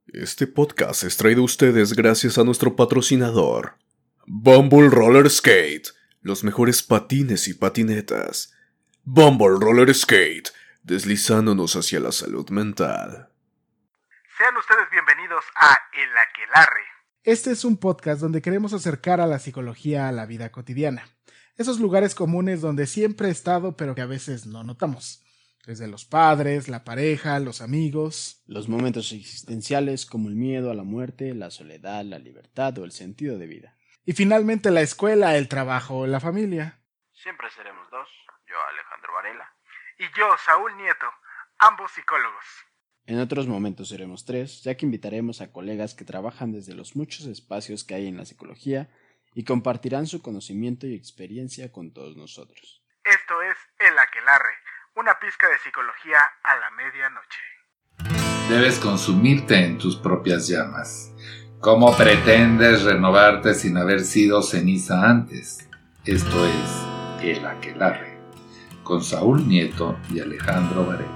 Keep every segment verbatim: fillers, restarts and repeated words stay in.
Este podcast es traído a ustedes gracias a nuestro patrocinador, Bumble Roller Skate, los mejores patines y patinetas. Bumble Roller Skate, deslizándonos hacia la salud mental. Sean ustedes bienvenidos a El Aquelarre. Este es un podcast donde queremos acercar a la psicología a la vida cotidiana. Esos lugares comunes donde siempre he estado pero que a veces no notamos. Desde los padres, la pareja, los amigos. Los momentos existenciales como el miedo a la muerte, la soledad, la libertad o el sentido de vida. Y finalmente la escuela, el trabajo, la familia. Siempre seremos dos, yo Alejandro Varela y yo Saúl Nieto, ambos psicólogos. En otros momentos seremos tres, ya que invitaremos a colegas que trabajan desde los muchos espacios que hay en la psicología y compartirán su conocimiento y experiencia con todos nosotros. Esto es El Aquelarre, una pizca de psicología a la medianoche. Debes consumirte en tus propias llamas. ¿Cómo pretendes renovarte sin haber sido ceniza antes? Esto es El Aquelarre, con Saúl Nieto y Alejandro Varela.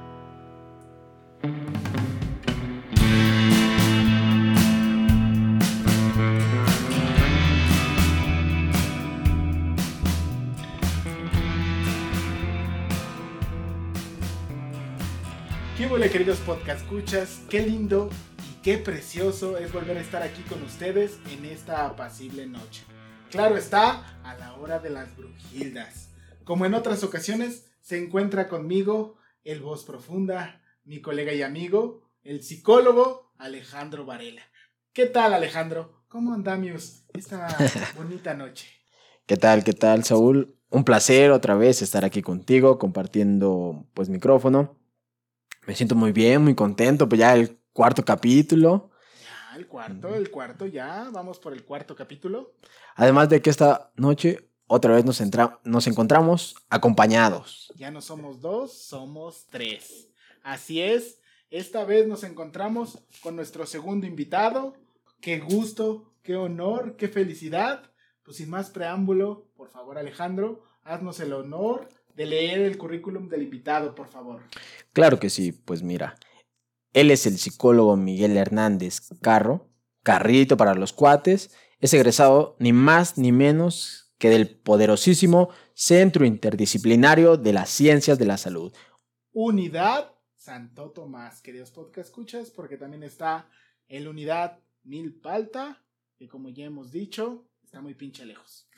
¿Qué huele, queridos podcast escuchas? Qué lindo y qué precioso es volver a estar aquí con ustedes en esta apacible noche. Claro está, a la hora de las brujildas. Como en otras ocasiones, se encuentra conmigo el voz profunda, mi colega y amigo, el psicólogo Alejandro Varela. ¿Qué tal, Alejandro? ¿Cómo andamos esta bonita noche? ¿Qué tal, qué tal, Saúl? Un placer otra vez estar aquí contigo, compartiendo pues micrófono. Me siento muy bien, muy contento, pues ya el cuarto capítulo. Ya, el cuarto, el cuarto, ya, vamos por el cuarto capítulo. Además de que esta noche otra vez nos, entra- nos encontramos acompañados. Ya no somos dos, somos tres. Así es, esta vez nos encontramos con nuestro segundo invitado. Qué gusto, qué honor, qué felicidad. Pues sin más preámbulo, por favor, Alejandro, haznos el honor de leer el currículum del invitado, por favor. Claro que sí, pues mira, él es el psicólogo Miguel Hernández Carro, Carrito para los cuates, es egresado ni más ni menos que del poderosísimo Centro Interdisciplinario de las Ciencias de la Salud. Unidad Santo Tomás, queridos podcast escuchas, porque también está el Unidad Milpalta, que como ya hemos dicho, está muy pinche lejos.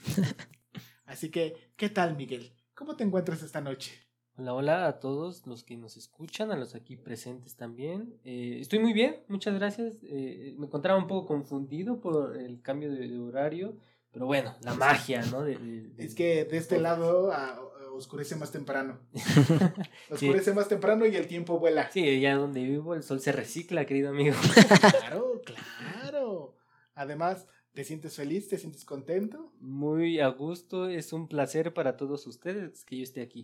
Así que, ¿qué tal, Miguel? ¿Cómo te encuentras esta noche? Hola, hola a todos los que nos escuchan, a los aquí presentes también. Eh, estoy muy bien, muchas gracias. Eh, me encontraba un poco confundido por el cambio de, de horario, pero bueno, la magia, ¿no? De, de, de... Es que de este lado a, a, oscurece más temprano. Oscurece sí. más temprano y el tiempo vuela. Sí, allá donde vivo el sol se recicla, querido amigo. Claro, claro. Además, ¿te sientes feliz? ¿Te sientes contento? Muy a gusto, es un placer para todos ustedes que yo esté aquí.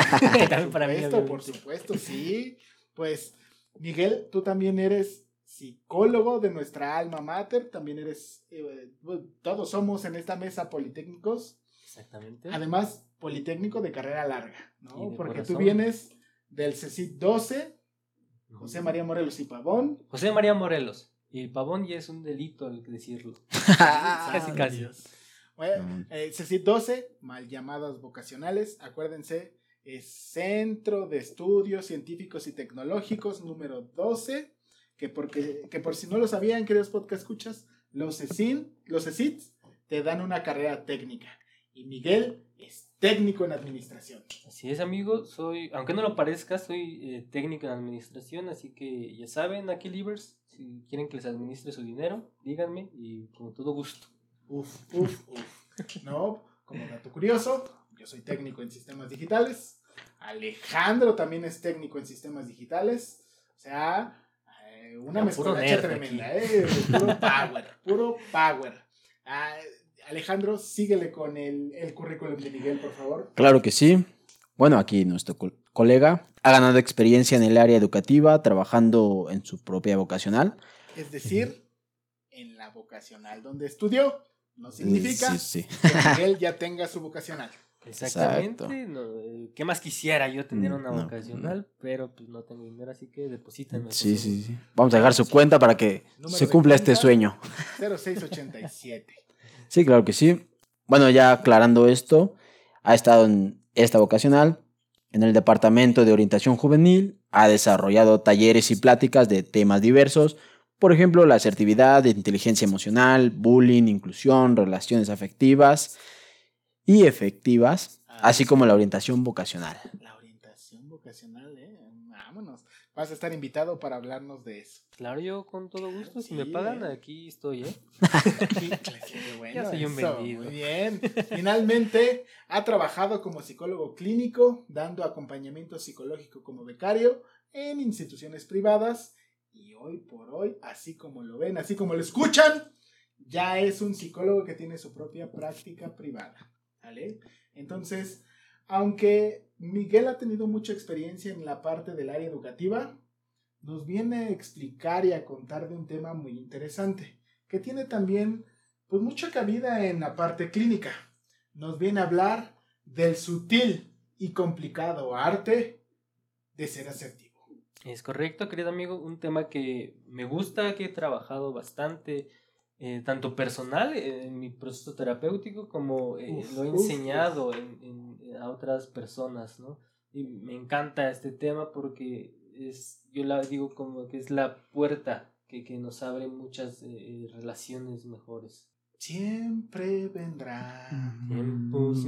Por para supuesto, mí, por supuesto, sí. Pues, Miguel, tú también eres psicólogo de nuestra alma mater, también eres, eh, todos somos en esta mesa politécnicos. Exactamente. Además, politécnico de carrera larga, ¿no? Porque corazón. Tú vienes del CECIT doce, José María Morelos y Pavón. José María Morelos. Y Pavón ya es un delito al decirlo. Casi, casi. Bueno, eh, CECIT doce, mal llamadas vocacionales, acuérdense, es Centro de Estudios Científicos y Tecnológicos número doce, que, porque, que por si no lo sabían, queridos podcast escuchas, los CECIT, los CECIT te dan una carrera técnica. Y Miguel es técnico en administración. Así es, amigo, soy, aunque no lo parezca, soy eh, técnico en administración, así que ya saben, aquí Livers, si quieren que les administre su dinero, díganme y con todo gusto. Uf, uf, uf. No, como dato curioso, yo soy técnico en sistemas digitales. Alejandro también es técnico en sistemas digitales. O sea, eh, una mezcolacha tremenda, eh, puro power, puro power. Ah, Alejandro, síguele con el, el currículum de Miguel, por favor. Claro que sí. Bueno, aquí nuestro co- colega ha ganado experiencia en el área educativa, trabajando en su propia vocacional. Es decir, en la vocacional donde estudió. No significa sí, sí. que Miguel ya tenga su vocacional. Exactamente. Exacto. No, eh, ¿qué más quisiera yo tener Mm, una no, vocacional? Pero pues no tengo dinero, así que deposítenme. por Sí, favor. sí, sí. Vamos a dejar su cuenta para que Número se de cumpla este cuenta, sueño. cero seis ochenta y siete. Sí, claro que sí. Bueno, ya aclarando esto, ha estado en esta vocacional, en el Departamento de Orientación Juvenil, ha desarrollado talleres y pláticas de temas diversos, por ejemplo, la asertividad, inteligencia emocional, bullying, inclusión, relaciones afectivas y efectivas, así como la orientación vocacional. La orientación vocacional, ¿eh? Vámonos. Vas a estar invitado para hablarnos de eso. Claro, yo con todo gusto. Si me Sí, pagan, eh. aquí estoy, ¿eh? Sí, qué bueno, Ya soy un eso, vendido. Muy bien. Finalmente, ha trabajado como psicólogo clínico, dando acompañamiento psicológico como becario en instituciones privadas. Y hoy por hoy, así como lo ven, así como lo escuchan, ya es un psicólogo que tiene su propia práctica privada. ¿Vale? Entonces, aunque Miguel ha tenido mucha experiencia en la parte del área educativa, nos viene a explicar y a contar de un tema muy interesante, que tiene también pues mucha cabida en la parte clínica. Nos viene a hablar del sutil y complicado arte de ser asertivo. Es correcto, querido amigo, un tema que me gusta, que he trabajado bastante, eh, tanto personal eh, en mi proceso terapéutico como eh, Uf, lo he uf, enseñado en, en- a otras personas, ¿no? Y me encanta este tema porque es, yo la digo como que es la puerta que, que nos abre muchas eh, relaciones mejores. Siempre vendrá Tiempos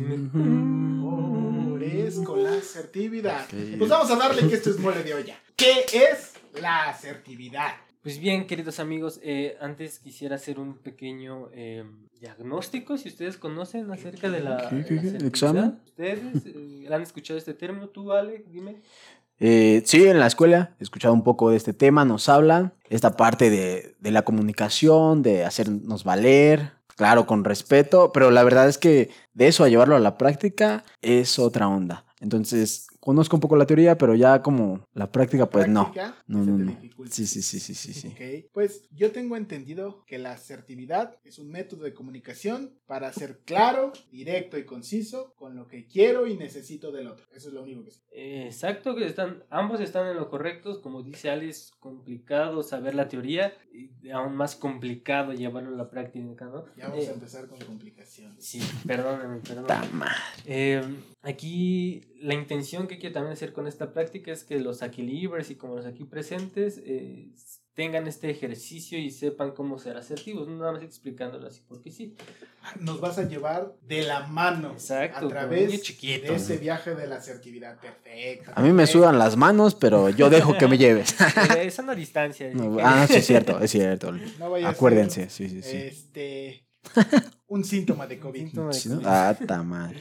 mejores con la asertividad. Ok. Pues vamos a darle que esto es mole de olla. ¿Qué es la asertividad? Pues bien, queridos amigos, eh, antes quisiera hacer un pequeño eh, diagnóstico, si ustedes conocen acerca de la, ¿Qué, de qué, la qué? asertividad. ¿Examen? ¿Ustedes eh, han escuchado este término? ¿Tú, Ale? Dime. Eh, sí, en la escuela he escuchado un poco de este tema, nos hablan, esta parte de, de la comunicación, de hacernos valer, claro, con respeto, pero la verdad es que de eso a llevarlo a la práctica es otra onda. Entonces, conozco un poco la teoría, pero ya como la práctica, pues no. Práctica, No, se no, te no. dificulta. Sí, sí, sí, sí, sí, sí. Ok, pues yo tengo entendido que la asertividad es un método de comunicación para ser claro, directo y conciso con lo que quiero y necesito del otro. Eso es lo único que sé. Eh, exacto, que están, ambos están en lo correcto. Como dice Ale, es complicado saber la teoría y aún más complicado llevarlo a la práctica, ¿no? Ya vamos Eh, a empezar con complicaciones. Sí, perdónenme, perdónenme. Ta madre. Eh, aquí la intención que quiero también hacer con esta práctica es que los Aquilibers y como los aquí presentes eh, tengan este ejercicio y sepan cómo ser asertivos, no nada más explicándolo así porque sí. Nos vas a llevar de la mano Exacto, a como través niño chiquito. de ese viaje de la asertividad. Perfecto. A mí me perfecto. sudan las manos, pero yo dejo que me lleves. Eh, es una distancia. No, que- ah, sí, es cierto, es cierto. No vaya a Acuérdense, ser, sí, sí, sí. Este, un síntoma de COVID. síntoma de Sí, ¿no? COVID. Ah, ta madre.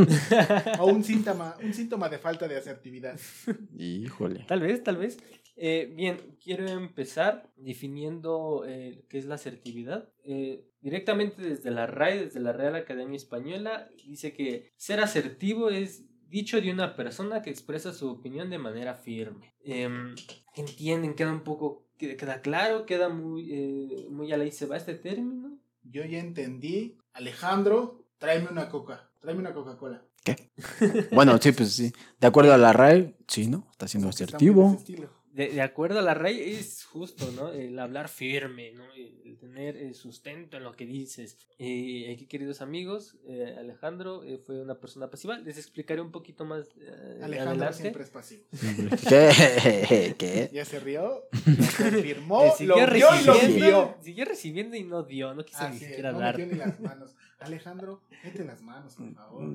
O un síntoma, un síntoma de falta de asertividad. Híjole. Tal vez, tal vez. Eh, bien, quiero empezar definiendo eh, qué es la asertividad. Eh, directamente desde la R A E, desde la Real Academia Española, dice que ser asertivo es dicho de una persona que expresa su opinión de manera firme. Eh, ¿Entienden? Queda un poco, queda, queda claro, queda muy, eh, muy a la y se va este término. Yo ya entendí. Alejandro, tráeme una coca. Tráeme una Coca-Cola. Bueno, sí, pues sí. De acuerdo a la R A E, sí, ¿no? Está siendo Como que está muy de asertivo. ese estilo. De, de acuerdo a la R A E es justo, ¿no? El hablar firme, ¿no? El, el tener eh, sustento en lo que dices. Eh, aquí, queridos amigos, eh, Alejandro eh, fue una persona pasiva. Les explicaré un poquito más eh, Alejandro adelante. siempre es pasivo. ¿Qué? ¿Qué? Ya se rió, lo confirmó, Eh, lo siguió vio y lo recibiendo, vio. siguió recibiendo y no dio, no quiso ni Así es, siquiera no dar. metió ni las manos. Alejandro, mete las manos, por favor.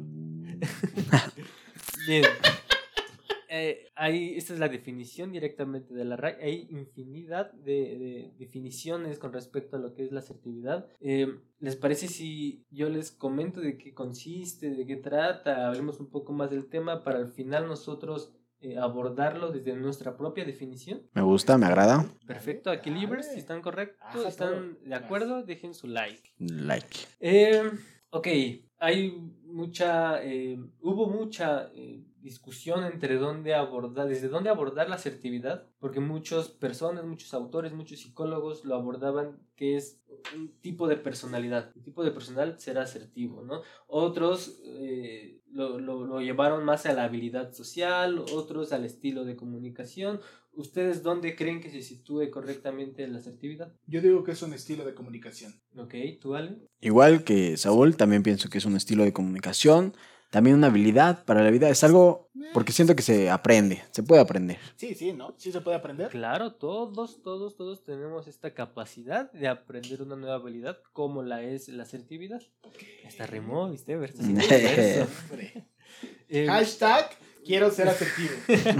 Bien. Eh, ahí, esta es la definición directamente de la R A E. Hay infinidad de, de definiciones con respecto a lo que es la asertividad. Eh, ¿Les parece si yo les comento de qué consiste, de qué trata? Hablemos un poco más del tema para al final nosotros eh, abordarlo desde nuestra propia definición. Me gusta, me agrada. Perfecto, aquí libres, si están correctos, Ajá, están todo. de acuerdo, dejen su like. Like. Eh, ok, hay mucha, eh, hubo mucha eh, discusión entre dónde abordar, desde dónde abordar la asertividad, porque muchas personas, muchos autores, muchos psicólogos lo abordaban que es un tipo de personalidad, un tipo de personal será asertivo, ¿no? Otros eh, lo, lo, lo llevaron más a la habilidad social, otros al estilo de comunicación. ¿Ustedes dónde creen que se sitúe correctamente la asertividad? Yo digo que es un estilo de comunicación. Ok, ¿tú, Ale? Igual que Saúl, también pienso que es un estilo de comunicación, también una habilidad para la vida. Es algo porque siento que se aprende, se puede aprender. Sí, sí, ¿no? Sí se puede aprender. Claro, todos, todos, todos tenemos esta capacidad de aprender una nueva habilidad, como la es la asertividad. Esta rimó, ¿viste? Verso sin verso. Hombre. Eh, Hashtag quiero ser asertivo.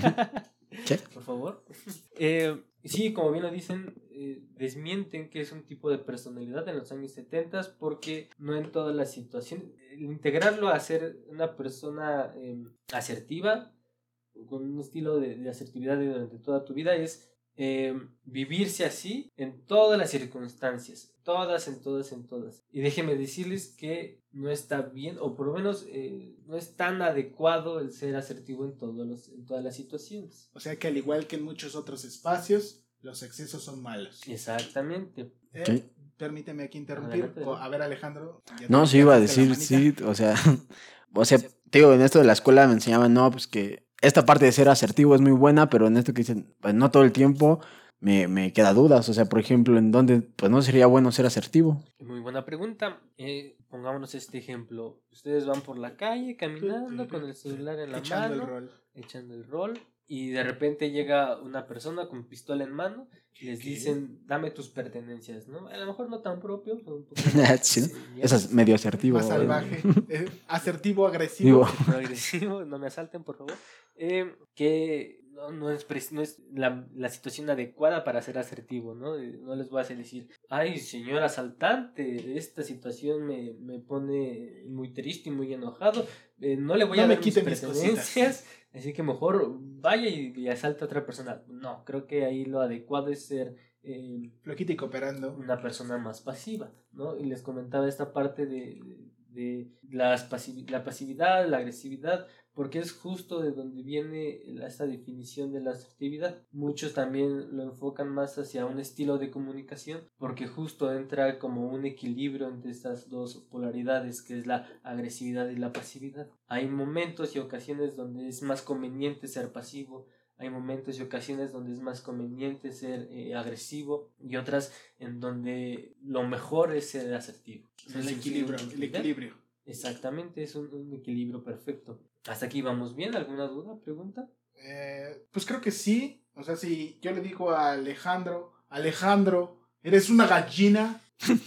¿Qué? Por favor. Eh, sí, como bien lo dicen, eh, desmienten que es un tipo de personalidad en los años setenta porque no en todas las situaciones. El integrarlo a ser una persona eh, asertiva, con un estilo de, de asertividad durante toda tu vida, es eh, vivirse así en todas las circunstancias. Todas, en todas, en todas. Y déjenme decirles que no está bien, o por lo menos eh, no es tan adecuado el ser asertivo en, todos los, en todas las situaciones. O sea que al igual que en muchos otros espacios, los excesos son malos. Exactamente. Eh, ¿Qué? Permíteme aquí interrumpir. Adelante, Co- adelante. A ver, Alejandro. ya No, te sí iba a quitaste la decir, manita. sí, o sea, o sea, te digo, en esto de la escuela me enseñaban, no, pues que esta parte de ser asertivo es muy buena, pero en esto que dicen, pues no todo el tiempo, me, me queda dudas, o sea, por ejemplo, en dónde, pues no sería bueno ser asertivo. Muy buena pregunta. Eh, pongámonos este ejemplo. Ustedes van por la calle caminando con el celular en la Echando mano, el rol. echando el rol, y de repente llega una persona con pistola en mano y les ¿Qué? dicen, dame tus pertenencias, ¿no? A lo mejor no tan propio, pero un poco Sí, ¿no? eh, Eso es medio asertivo. Más güey. salvaje. eh, asertivo, agresivo. Digo, no agresivo, no me asalten, por favor. Eh, que no, no es, pres- no es la, la situación adecuada para ser asertivo, ¿no? Eh, No les voy a hacer decir, ay, señor asaltante, esta situación me, me pone muy triste y muy enojado. Eh, no le voy No a me dar mis quite mis pertenencias, así que mejor vaya y, y asalta a otra persona. No, creo que ahí lo adecuado es ser eh, Flojita y cooperando. una persona más pasiva, ¿no? Y les comentaba esta parte de, de, de las pasivi- la pasividad, la agresividad, porque es justo de donde viene la- esta definición de la asertividad. Muchos también lo enfocan más hacia un estilo de comunicación, porque justo entra como un equilibrio entre estas dos polaridades, que es la agresividad y la pasividad. Hay momentos y ocasiones donde es más conveniente ser pasivo, hay momentos y ocasiones donde es más conveniente ser eh, agresivo y otras en donde lo mejor es ser asertivo. El equilibrio, el equilibrio. Exactamente, es un, un equilibrio perfecto. ¿Hasta aquí vamos bien? ¿Alguna duda? ¿Pregunta? Eh, pues creo que sí. O sea, si yo le digo a Alejandro, Alejandro, eres una gallina,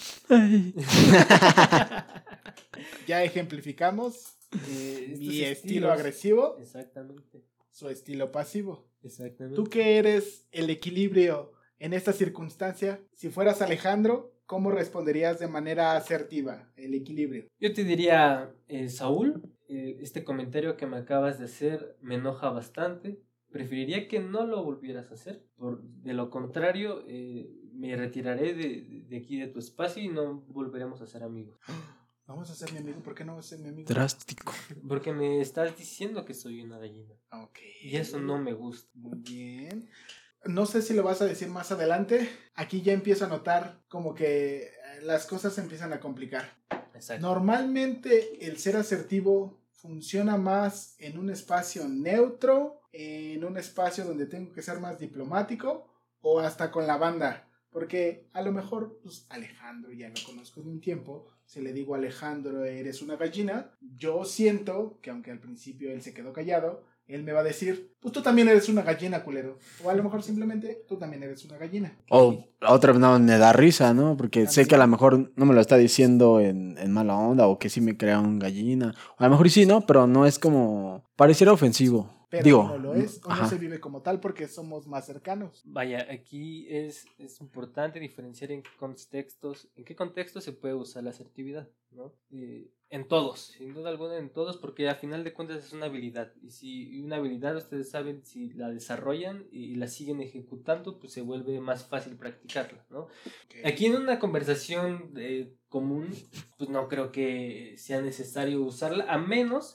ya ejemplificamos Eh, estos mi estilo estilos. agresivo, Exactamente, su estilo pasivo. exactamente. Tú que eres el equilibrio en esta circunstancia, si fueras Alejandro, ¿cómo responderías de manera asertiva el equilibrio? Yo te diría, eh, Saúl, eh, este comentario que me acabas de hacer me enoja bastante. Preferiría que no lo volvieras a hacer. Por, de lo contrario, eh, me retiraré de, de aquí de tu espacio y no volveremos a ser amigos. Vamos a ser mi amigo, ¿por qué no vas a ser mi amigo? drástico. Porque me estás diciendo que soy una gallina. Ok. Y eso no me gusta. Muy bien. No sé si lo vas a decir más adelante. Aquí ya empiezo a notar como que las cosas se empiezan a complicar. Exacto. Normalmente el ser asertivo funciona más en un espacio neutro, en un espacio donde tengo que ser más diplomático o hasta con la banda. Porque a lo mejor, pues Alejandro ya lo conozco de un tiempo. Si le digo a Alejandro, eres una gallina, yo siento que aunque al principio él se quedó callado, él me va a decir, pues tú también eres una gallina, culero. O a lo mejor simplemente, tú también eres una gallina. O a otra no, me da risa, ¿no? Porque sé También. que a lo mejor no me lo está diciendo en, en mala onda o que sí me crea un gallina. A lo mejor sí, ¿no? Pero no es como... Pareciera ofensivo. Pero Digo, no lo es, o no ajá. se vive como tal porque somos más cercanos. Vaya, aquí es, es importante diferenciar en qué contextos, en qué contextos se puede usar la asertividad, ¿no? Eh, en todos, sin duda alguna en todos, porque a final de cuentas es una habilidad. Y si una habilidad ustedes saben, si la desarrollan y la siguen ejecutando, pues se vuelve más fácil practicarla, ¿no? Aquí en una conversación eh, común, pues no creo que sea necesario usarla, a menos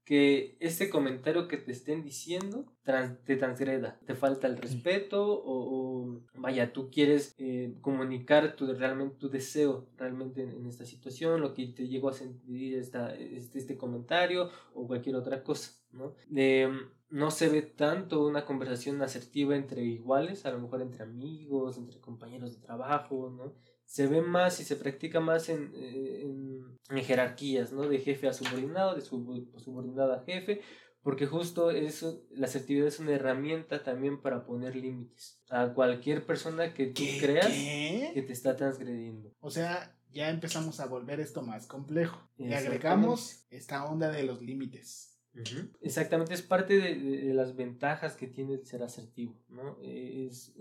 que ese comentario que te estén diciendo trans, te transgreda, te falta el respeto o, o vaya, tú quieres eh, comunicar tu, realmente tu deseo realmente en, en esta situación, lo que te llegó a sentir esta, este, este comentario o cualquier otra cosa, ¿no? Eh, no se ve tanto una conversación asertiva entre iguales, a lo mejor entre amigos, entre compañeros de trabajo, ¿no? Se ve más y se practica más en, en, en jerarquías, ¿no? De jefe a subordinado, de subordinado a jefe, porque justo eso, la asertividad es una herramienta también para poner límites a cualquier persona que tú ¿Qué, creas qué? que te está transgrediendo. O sea, ya empezamos a volver esto más complejo. Le agregamos esta onda de los límites. Uh-huh. Exactamente, es parte de, de, de las ventajas que tiene el ser asertivo, ¿no? Es,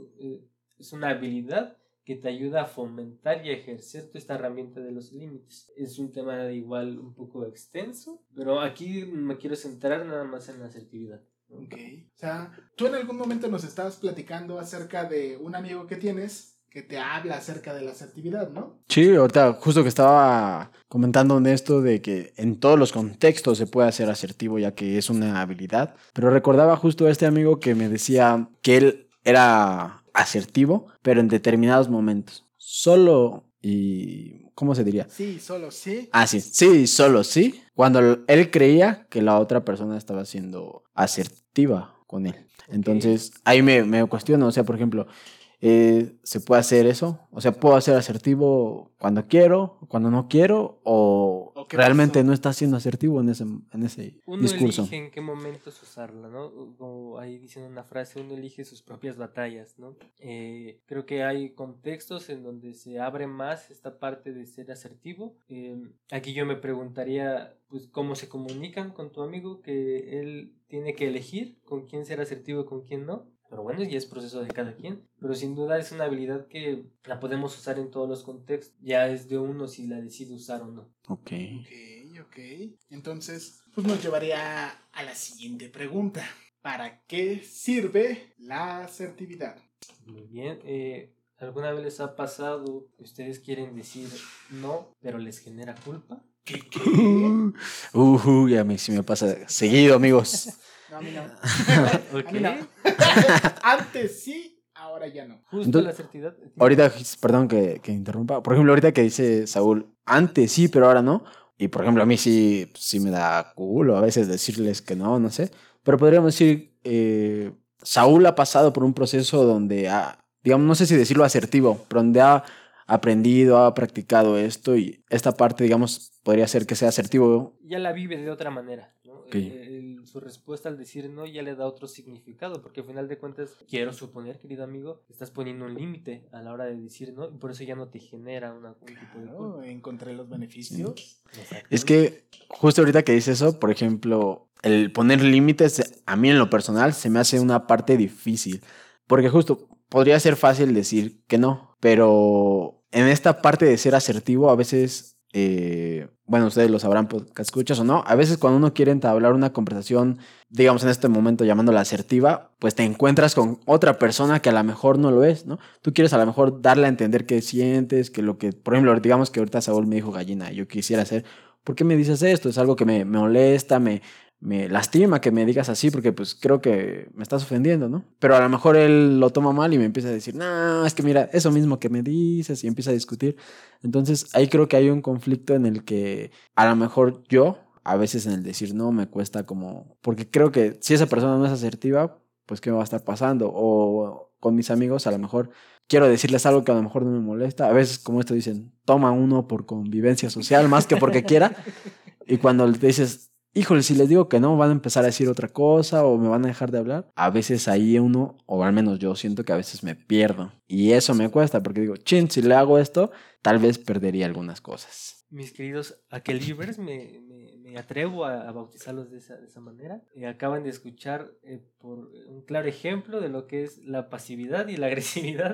es una habilidad que te ayuda a fomentar y a ejercer toda esta herramienta de los límites. Es un tema igual un poco extenso, pero aquí me quiero centrar nada más en la asertividad. Ok. O sea, tú en algún momento nos estabas platicando acerca de un amigo que tienes que te habla acerca de la asertividad, ¿no? Sí, ahorita justo que estaba comentando en esto de que en todos los contextos se puede ser asertivo ya que es una habilidad, pero recordaba justo a este amigo que me decía que él era asertivo, pero en determinados momentos. Solo y... ¿cómo se diría? Sí, solo sí. Ah, sí, sí, solo sí. Cuando él creía que la otra persona estaba siendo asertiva con él. Okay. Entonces, ahí me, me cuestiono, o sea, por ejemplo, eh, ¿se puede hacer eso? O sea, ¿puedo ser asertivo cuando quiero, cuando no quiero? ¿O realmente pasó? No está siendo asertivo en ese, en ese uno discurso? Uno elige en qué momentos usarla, ¿no? Como ahí dicen una frase, uno elige sus propias batallas, ¿no? Eh, creo que hay contextos en donde se abre más esta parte de ser asertivo. Eh, aquí yo me preguntaría, pues, ¿cómo se comunican con tu amigo? Que él tiene que elegir con quién ser asertivo y con quién no. Pero bueno, ya es proceso de cada quien. Pero sin duda es una habilidad que la podemos usar en todos los contextos. Ya es de uno si la decide usar o no. Ok. Ok, ok. Entonces, pues nos llevaría a la siguiente pregunta. ¿Para qué sirve la asertividad? Muy bien. Eh, ¿Alguna vez les ha pasado que ustedes quieren decir no, pero les genera culpa? ¿Qué? ¿Qué? Uh, uh, ya me, sí me pasa seguido, amigos. No, a mí no. Okay. A mí no. Antes sí, ahora ya no. Justo Entonces, la asertividad. Ahorita, perdón que, que interrumpa. Por ejemplo, ahorita que dice Saúl, antes sí, pero ahora no. Y por ejemplo, a mí sí, sí me da culo a veces decirles que no, no sé. Pero podríamos decir, eh, Saúl ha pasado por un proceso donde ha, digamos, no sé si decirlo asertivo, pero donde ha aprendido, ha practicado esto y esta parte, digamos, podría ser que sea asertivo. Ya la vive de otra manera, ¿no? Okay. El, el, su respuesta al decir no ya le da otro significado, porque al final de cuentas, quiero suponer, querido amigo, que estás poniendo un límite a la hora de decir no y por eso ya no te genera una, un claro, tipo de culpa. Encontré los beneficios. Sí. Es que justo ahorita que dices eso, por ejemplo, el poner límites, a mí en lo personal, se me hace una parte difícil, porque justo podría ser fácil decir que no, pero en esta parte de ser asertivo, a veces, eh, bueno, ustedes lo sabrán, podcast escuchas o no, a veces cuando uno quiere entablar una conversación, digamos en este momento llamándola asertiva, pues te encuentras con otra persona que a lo mejor no lo es, ¿no? Tú quieres a lo mejor darle a entender qué sientes, que lo que, por ejemplo, digamos que ahorita Saúl me dijo gallina, yo quisiera hacer, ¿por qué me dices esto? Es algo que me, me molesta, me... me lastima que me digas así porque pues creo que me estás ofendiendo, ¿no? Pero a lo mejor él lo toma mal y me empieza a decir, no, es que mira, eso mismo que me dices y empieza a discutir. Entonces ahí creo que hay un conflicto en el que a lo mejor yo, a veces en el decir no, me cuesta como, porque creo que si esa persona no es asertiva, pues ¿qué me va a estar pasando? O con mis amigos a lo mejor quiero decirles algo que a lo mejor no me molesta. A veces como esto dicen, toma uno por convivencia social más que porque quiera. Y cuando le dices, híjole, si les digo que no, van a empezar a decir otra cosa o me van a dejar de hablar. A veces ahí uno, o al menos yo siento que a veces me pierdo. Y eso me cuesta porque digo, chin, si le hago esto, tal vez perdería algunas cosas. Mis queridos aquelivers, me, me, me atrevo a, a bautizarlos de esa, de esa manera. Eh, acaban de escuchar eh, por un claro ejemplo de lo que es la pasividad y la agresividad.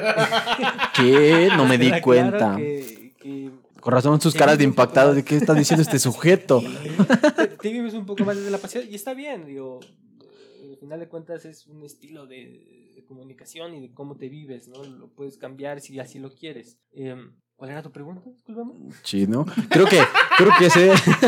¿Qué? No me di claro cuenta. Que, que Con razón sus caras de impactados de qué está diciendo este sujeto. Te, te vives un poco más desde la pasión y está bien, digo, al final de cuentas es un estilo de, de comunicación y de cómo te vives, ¿no? Lo puedes cambiar si así lo quieres. Eh, ¿Cuál era tu pregunta? Discúlpame. Sí, ¿no? Creo que, creo que ese...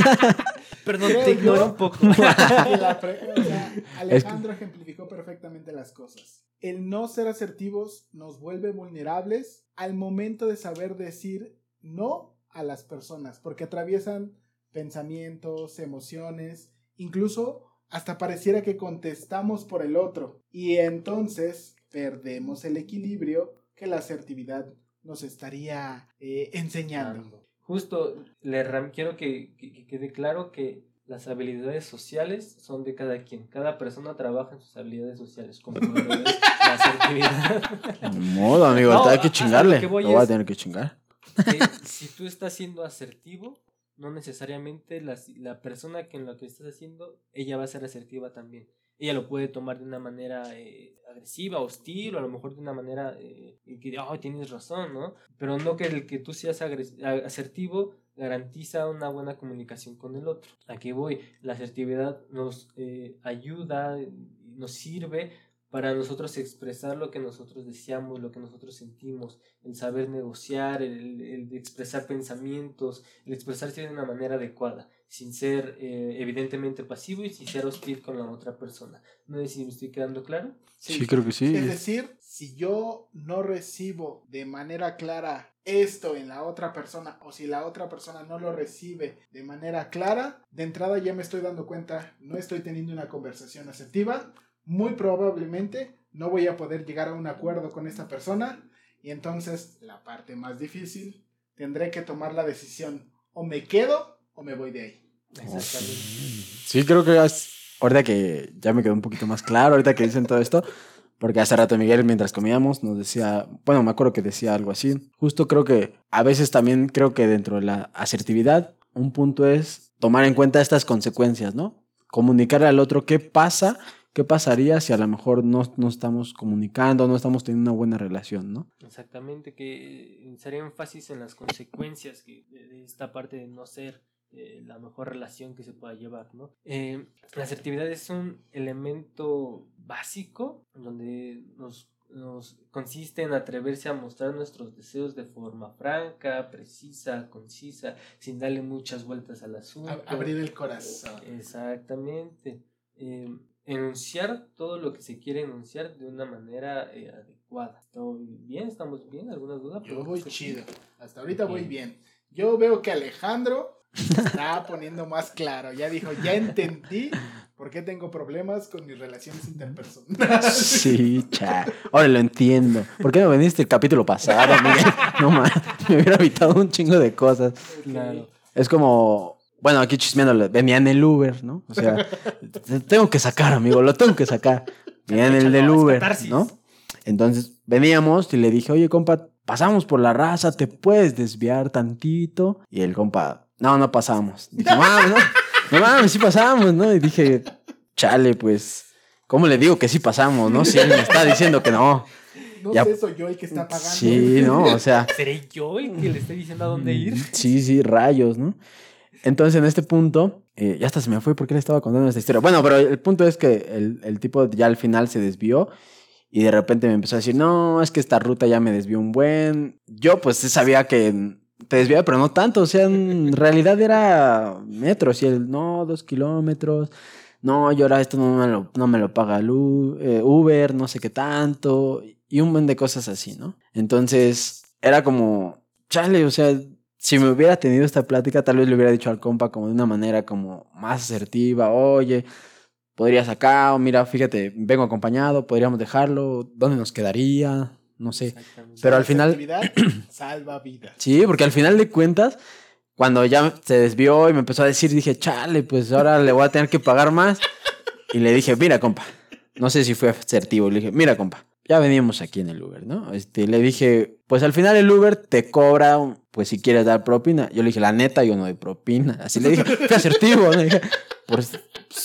Perdón, Creo te ignoro yo un poco. que la pre- o sea, Alejandro ejemplificó perfectamente las cosas. El no ser asertivos nos vuelve vulnerables al momento de saber decir no a las personas, porque atraviesan pensamientos, emociones, incluso hasta pareciera que contestamos por el otro, y entonces perdemos el equilibrio que la asertividad nos estaría eh, enseñando. Justo, le ram- quiero que, que, que quede claro que las habilidades sociales son de cada quien. Cada persona trabaja en sus habilidades sociales, como lo es la asertividad. Ni modo, amigo, No, hay que a- a chingarle. lo que voy Lo voy a es- tener que chingar. Que si tú estás siendo asertivo, no necesariamente la, la persona que en lo que estás haciendo, ella va a ser asertiva también. Ella lo puede tomar de una manera eh, agresiva, hostil, o a lo mejor de una manera eh, que, oh, tienes razón, ¿no? Pero no que el que tú seas agres- a- asertivo garantiza una buena comunicación con el otro. Aquí voy. La asertividad nos eh, ayuda, nos sirve para nosotros expresar lo que nosotros deseamos, lo que nosotros sentimos, el saber negociar, el, el expresar pensamientos, el expresarse de una manera adecuada, sin ser eh, evidentemente pasivo y sin ser hostil con la otra persona. No sé si me estoy quedando claro. Sí, creo que sí. Es decir, si yo no recibo de manera clara esto en la otra persona, o si la otra persona no lo recibe de manera clara, de entrada ya me estoy dando cuenta, no estoy teniendo una conversación asertiva, muy probablemente no voy a poder llegar a un acuerdo con esta persona, y entonces la parte más difícil, tendré que tomar la decisión, o me quedo o me voy de ahí. Exactamente. Sí, creo que es- ahorita que ya me quedó un poquito más claro, ahorita que dicen todo esto, porque hace rato Miguel, mientras comíamos, nos decía, bueno, me acuerdo que decía algo así. Justo creo que a veces también creo que dentro de la asertividad, un punto es tomar en cuenta estas consecuencias, ¿no? Comunicarle al otro qué pasa, qué pasaría si a lo mejor no, no estamos comunicando, no estamos teniendo una buena relación, ¿no? Exactamente, que eh, sería énfasis en las consecuencias que, de, de esta parte de no ser eh, la mejor relación que se pueda llevar, ¿no? Eh, la asertividad es un elemento básico donde nos, nos consiste en atreverse a mostrar nuestros deseos de forma franca, precisa, concisa, sin darle muchas vueltas al asunto. A- abrir el corazón. Exactamente. Eh, enunciar todo lo que se quiere enunciar de una manera eh, adecuada. ¿Estamos bien? ¿Estamos bien? ¿Alguna duda? Yo voy Sí. chido. Hasta ahorita voy Bien. bien. Yo veo que Alejandro se está poniendo más claro. Ya dijo, ya entendí por qué tengo problemas con mis relaciones interpersonales. Sí, cha. Ahora lo entiendo. ¿Por qué no viniste el capítulo pasado, Miguel? No más, me hubiera evitado un chingo de cosas. Claro. Es como, bueno, aquí chismeando, venía en el Uber, ¿no? O sea, te tengo que sacar, amigo, lo tengo que sacar. Venía en el del Échalo, es Uber, catarsis. ¿no? Entonces veníamos y le dije, oye, compa, pasamos por la raza, ¿te puedes desviar tantito? Y el compa, no, no pasamos. Dije, mames, no, no mames, sí pasamos, ¿no? Y dije, chale, pues, ¿cómo le digo que sí pasamos, no? Si él me está diciendo que no. No Ya- sé, soy yo el que está pagando. Sí, ¿no? O sea, ¿Seré yo el que le esté diciendo a dónde ir? sí, sí, rayos, ¿no? Entonces, en este punto, eh, ya hasta se me fue porque le estaba contando esta historia. Bueno, pero el punto es que el, el tipo ya al final se desvió y de repente me empezó a decir, no, es que esta ruta ya me desvió un buen. Yo, pues, sabía que te desviaba, pero no tanto. O sea, en realidad era metros y él, no, dos kilómetros. No, yo ahora esto no me lo, no me lo paga el U- eh, Uber, no sé qué tanto. Y un buen de cosas así, ¿no? Entonces, era como, chale, o sea, si me hubiera tenido esta plática, tal vez le hubiera dicho al compa como de una manera como más asertiva, oye, podrías acá, o mira, fíjate, vengo acompañado, podríamos dejarlo, ¿dónde nos quedaría? No sé. Exactamente. Pero La al final- asertividad salva vidas. Sí, porque al final de cuentas, cuando ya se desvió y me empezó a decir, dije, chale, pues ahora le voy a tener que pagar más. Y le dije, mira, compa, no sé si fue asertivo, le dije, mira, compa, ya veníamos aquí en el Uber, ¿no? Este, le dije, pues al final el Uber te cobra, pues si quieres dar propina. Yo le dije, la neta, yo no doy propina. Así le dije, fue asertivo. Le dije, pues,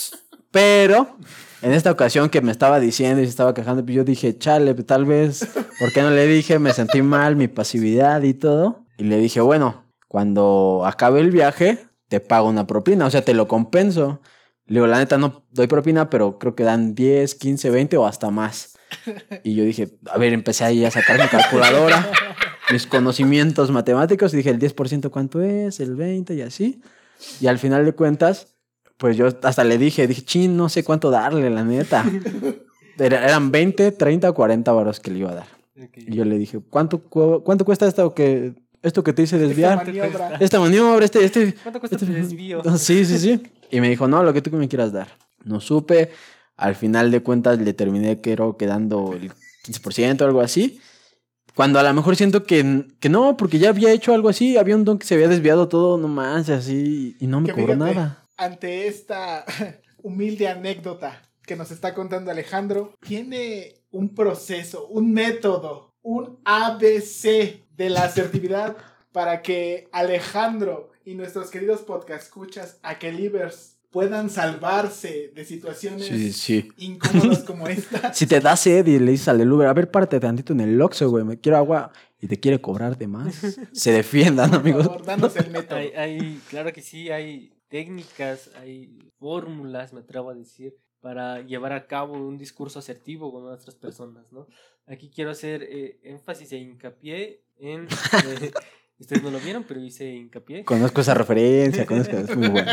pero en esta ocasión que me estaba diciendo y se estaba quejando, pues yo dije, chale, pues, tal vez, ¿por qué no le dije? Me sentí mal, mi pasividad y todo. Y le dije, bueno, cuando acabe el viaje, te pago una propina, o sea, te lo compenso. Le digo, la neta, no doy propina, pero creo que dan diez, quince, veinte o hasta más. Y yo dije, a ver, empecé ahí a sacar mi calculadora. mis conocimientos matemáticos y dije el diez por ciento cuánto es, el veinte y así. Y al final de cuentas, pues yo hasta le dije, dije, chin, no sé cuánto darle, la neta. Era- eran veinte, treinta, cuarenta varos que le iba a dar. Okay. Y yo le dije, ¿cuánto, cu- cuánto cuesta esto que, esto que te hice desviar? Esta maniobra. Esta maniobra, este, este... ¿Cuánto cuesta este- tu desvío? Sí, sí, sí. Y me dijo, no, lo que tú me quieras dar. No supe. Al final de cuentas le terminé, creo, quedando el quince por ciento o algo así. Cuando a lo mejor siento que, que no, porque ya había hecho algo así. Había un don que se había desviado todo, no más, así. Y no me Que cobró fíjate, nada. Ante esta humilde anécdota que nos está contando Alejandro, tiene un proceso, un método, un A B C de la asertividad para que Alejandro y nuestros queridos podcast escuchas, aquelivers, puedan salvarse de situaciones Sí, sí. incómodas como esta. Si te da sed y le dices al Uber, a ver, párate tantito en el Oxxo, güey, me quiero agua y te quiere cobrar de más, se defiendan, Por amigos. favor, danos el método. Hay, hay, claro que sí, hay técnicas, hay fórmulas, me atrevo a decir, para llevar a cabo un discurso asertivo con otras personas, ¿no? Aquí quiero hacer eh, énfasis e hincapié en... eh, ustedes no lo vieron, pero hice hincapié. Conozco esa referencia, conozco, es muy bueno.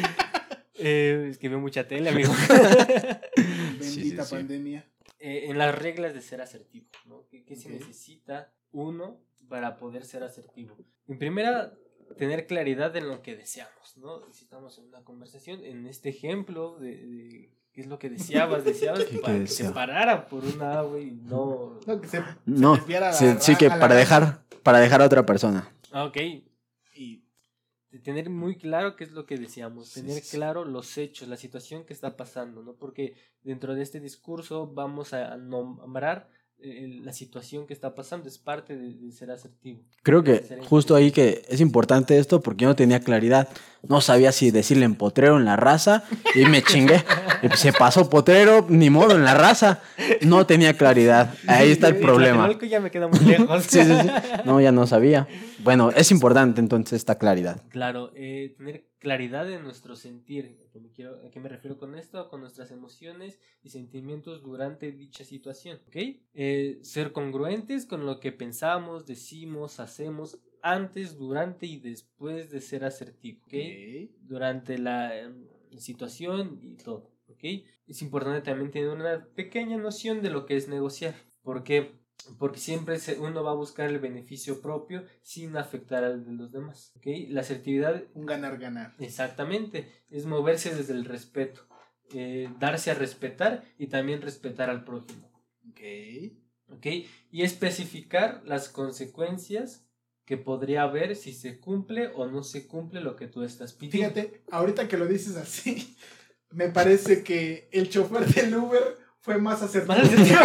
Eh, es que veo mucha tele, amigo. Bendita Sí, sí, sí. pandemia. Eh, en las reglas de ser asertivo, ¿no? ¿Qué, qué se Ok. necesita uno para poder ser asertivo? En primera, tener claridad en lo que deseamos, ¿no? Si estamos en una conversación, en este ejemplo de, de qué es lo que deseabas, deseabas ¿Qué- para qué que se deseo? parara por una agua y no... No, que se, se No, desviara sí, la sí ra- que a la para rama. dejar, para dejar a otra persona. Ah, ok. Y De tener muy claro qué es lo que deseamos, Sí, tener sí, sí. claro los hechos, la situación que está pasando, ¿no? Porque dentro de este discurso vamos a nombrar eh, la situación que está pasando, es parte de, de ser asertivo. Creo de que ser justo ahí que es importante esto porque yo no tenía claridad. No sabía si decirle en potrero en la raza y me chingué. Y pues se pasó potrero, ni modo en la raza. No tenía claridad. Ahí está el Y problema. Tlatelolco ya me queda muy lejos. Sí, sí, sí. No, ya no sabía. Bueno, es importante entonces esta claridad. Claro, eh, tener claridad en nuestro sentir. ¿A qué me quiero- a qué me refiero con esto? Con nuestras emociones y sentimientos durante dicha situación, ¿ok? Eh, ser congruentes con lo que pensamos, decimos, hacemos antes, durante y después de ser asertivo, ¿ok? Durante la eh, situación y todo, ¿ok? Es importante también tener una pequeña noción de lo que es negociar. ¿Por qué? Porque siempre se- uno va a buscar el beneficio propio sin afectar al de los demás, ¿ok? La asertividad, un ganar-ganar. exactamente, es moverse desde el respeto, eh, darse a respetar y también respetar al prójimo, Ok. ¿ok? Y especificar las consecuencias que podría haber si se cumple o no se cumple lo que tú estás pidiendo. Fíjate, ahorita que lo dices así, me parece que el chofer del Uber fue más acertado. Más asertivo.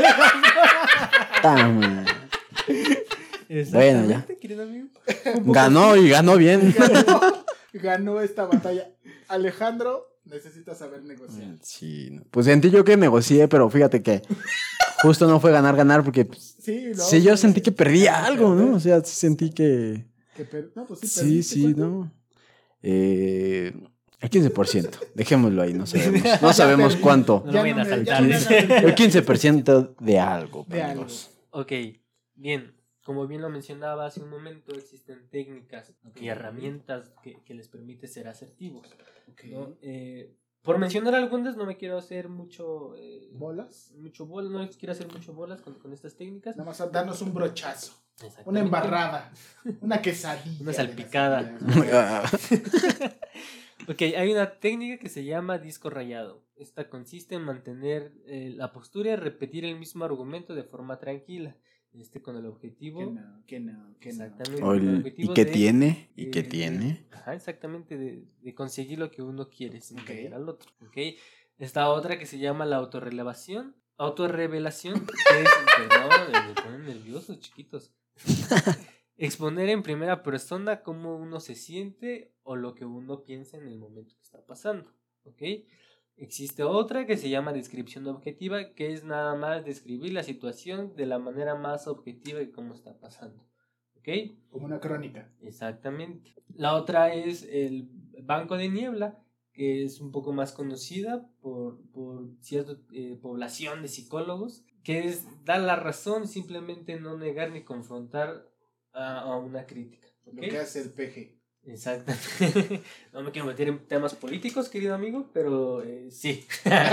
Ta madre. Bueno, ya. Exactamente, querido amigo. Ganó y ganó bien. Ganó, ganó esta batalla. Alejandro, necesitas saber negociar. Sí, no. Pues sentí yo que negocié, pero fíjate que justo no fue ganar, ganar, porque pues, Sí, no, sí, yo pues, sentí que perdía ganar, algo, ¿no? perder. O sea, sí sentí que... Que per- no, pues sí, Sí, perdiste, sí, ¿cuánto? ¿no? Eh, el quince por ciento, dejémoslo ahí, no sabemos, no sabemos cuánto. No Ya lo vayan no a me- saltar. ya no me dice. hagas El quince por ciento de algo, De amigos. Ok, bien. Como bien lo mencionaba hace un momento, existen técnicas y herramientas que, que les permite ser asertivos, Ok. ¿no? Eh, por mencionar algunas, no me quiero hacer mucho... eh, ¿Bolas? mucho bolas, no quiero hacer mucho bolas con, con estas técnicas. Nada más danos un brochazo, una Exactamente. embarrada, una quesadilla. Una de salpicada. las ideas. Ok, hay una técnica que se llama disco rayado. Esta consiste en mantener eh, la postura y repetir el mismo argumento de forma tranquila. Este con el objetivo... Que no, que no, que no. Exactamente. O con el el- ¿Y objetivo qué de- tiene? ¿Y eh, qué de- tiene? Ajá, exactamente, de, de conseguir lo que uno quiere sin Ok. dañar al otro. ¿Ok? Esta otra que se llama la autorrelevación. Autorrevelación, que es... Perdón, me ponen nerviosos, chiquitos. Exponer en primera persona cómo uno se siente o lo que uno piensa en el momento que está pasando. ¿Ok? Existe otra que se llama descripción objetiva, que es nada más describir la situación de la manera más objetiva de cómo está pasando. ¿Ok? Como una crónica. Exactamente. La otra es el banco de niebla, que es un poco más conocida por, por cierta eh, población de psicólogos, que es dar la razón, simplemente no negar ni confrontar a, a una crítica. ¿Okay? Lo que hace el P G. Exactamente. No me quiero meter en temas políticos, querido amigo, pero eh, sí.